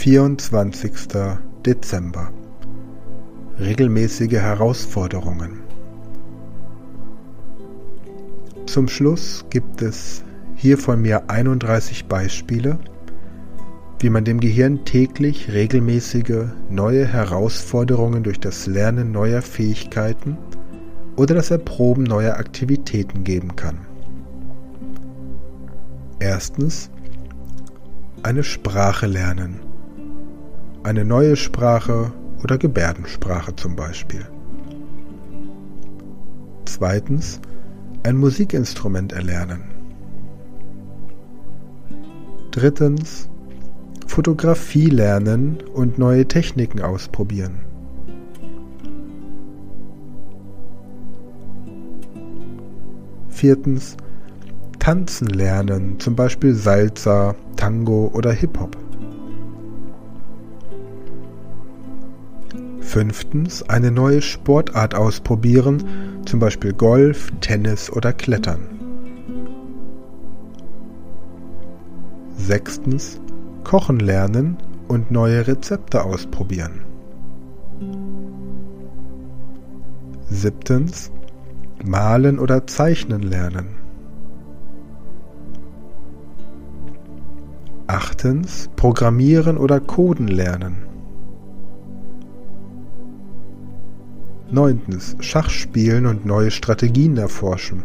24. Dezember. Regelmäßige Herausforderungen. Zum Schluss gibt es hier von mir 31 Beispiele, wie man dem Gehirn täglich regelmäßige neue Herausforderungen durch das Lernen neuer Fähigkeiten oder das Erproben neuer Aktivitäten geben kann. Erstens, eine Sprache lernen. Eine neue Sprache oder Gebärdensprache zum Beispiel. Zweitens, ein Musikinstrument erlernen. Drittens, Fotografie lernen und neue Techniken ausprobieren. Viertens, Tanzen lernen, zum Beispiel Salsa, Tango oder Hip-Hop. Fünftens, eine neue Sportart ausprobieren, zum Beispiel Golf, Tennis oder Klettern. Sechstens, Kochen lernen und neue Rezepte ausprobieren. Siebtens, Malen oder Zeichnen lernen. Achtens, Programmieren oder Coden lernen. Neuntens, Schach spielen und neue Strategien erforschen.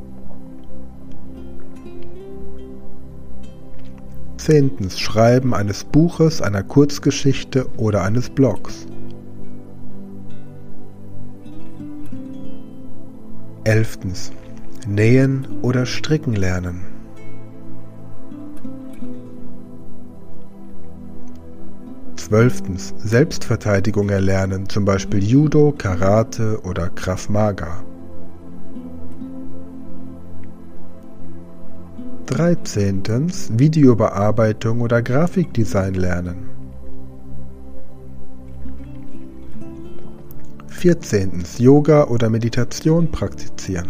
Zehntens, Schreiben eines Buches, einer Kurzgeschichte oder eines Blogs. 11. Nähen oder Stricken lernen. 12. Selbstverteidigung erlernen, zum Beispiel Judo, Karate oder Krav Maga. 13. Videobearbeitung oder Grafikdesign lernen. 14. Yoga oder Meditation praktizieren.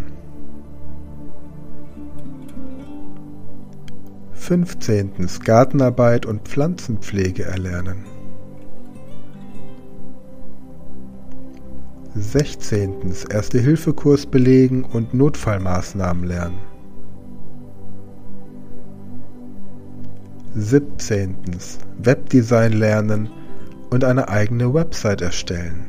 15. Gartenarbeit und Pflanzenpflege erlernen. 16. Erste-Hilfe-Kurs belegen und Notfallmaßnahmen lernen. 17. Webdesign lernen und eine eigene Website erstellen.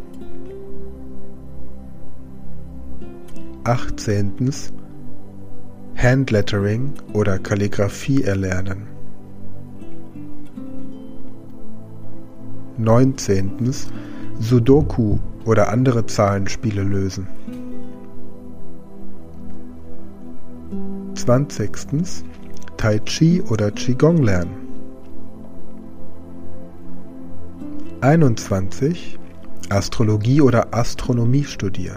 18. Handlettering oder Kalligraphie erlernen. 19. Sudoku oder andere Zahlenspiele lösen. 20. Tai Chi oder Qigong lernen. 21. Astrologie oder Astronomie studieren.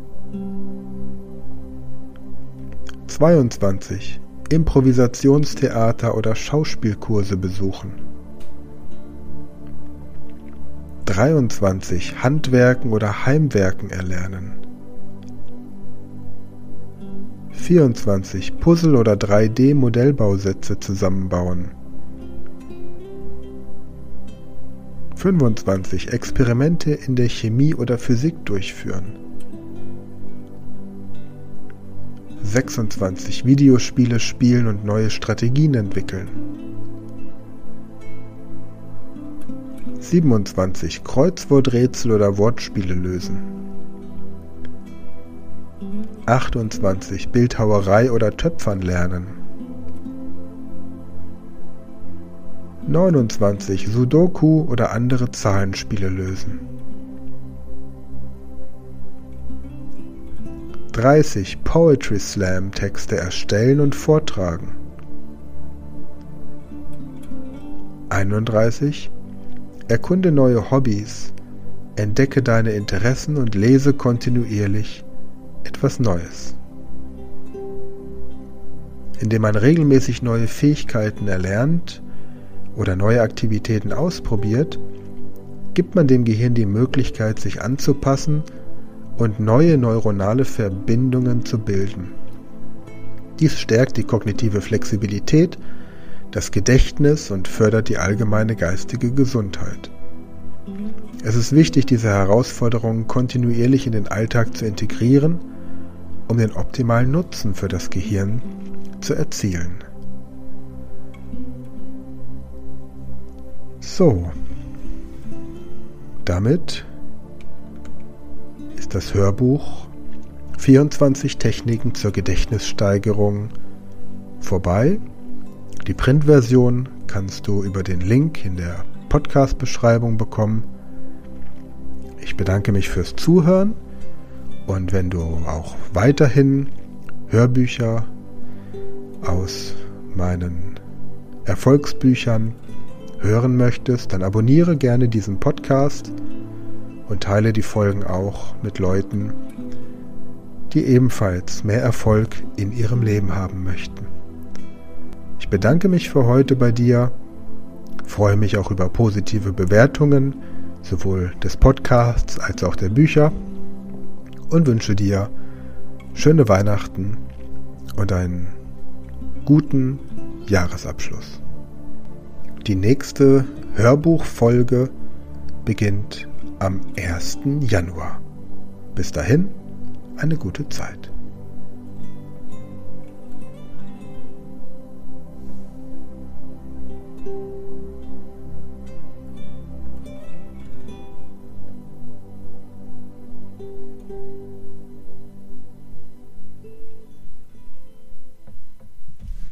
22. Improvisationstheater oder Schauspielkurse besuchen. 23. Handwerken oder Heimwerken erlernen. 24. Puzzle- oder 3D-Modellbausätze zusammenbauen. 25. Experimente in der Chemie oder Physik durchführen. 26. Videospiele spielen und neue Strategien entwickeln. 27. Kreuzworträtsel oder Wortspiele lösen. 28. Bildhauerei oder Töpfern lernen. 29. Sudoku oder andere Zahlenspiele lösen. 30. Poetry Slam Texte erstellen und vortragen. 31. Erkunde neue Hobbys, entdecke deine Interessen und lese kontinuierlich etwas Neues. Indem man regelmäßig neue Fähigkeiten erlernt oder neue Aktivitäten ausprobiert, gibt man dem Gehirn die Möglichkeit, sich anzupassen und neue neuronale Verbindungen zu bilden. Dies stärkt die kognitive Flexibilität, das Gedächtnis und fördert die allgemeine geistige Gesundheit. Es ist wichtig, diese Herausforderungen kontinuierlich in den Alltag zu integrieren, um den optimalen Nutzen für das Gehirn zu erzielen. So, damit ist das Hörbuch 24 Techniken zur Gedächtnissteigerung vorbei. Die Printversion kannst du über den Link in der Podcast-Beschreibung bekommen. Ich bedanke mich fürs Zuhören und wenn du auch weiterhin Hörbücher aus meinen Erfolgsbüchern hören möchtest, dann abonniere gerne diesen Podcast und teile die Folgen auch mit Leuten, die ebenfalls mehr Erfolg in ihrem Leben haben möchten. Ich bedanke mich für heute bei dir, freue mich auch über positive Bewertungen, sowohl des Podcasts als auch der Bücher und wünsche dir schöne Weihnachten und einen guten Jahresabschluss. Die nächste Hörbuchfolge beginnt am 1. Januar. Bis dahin, eine gute Zeit.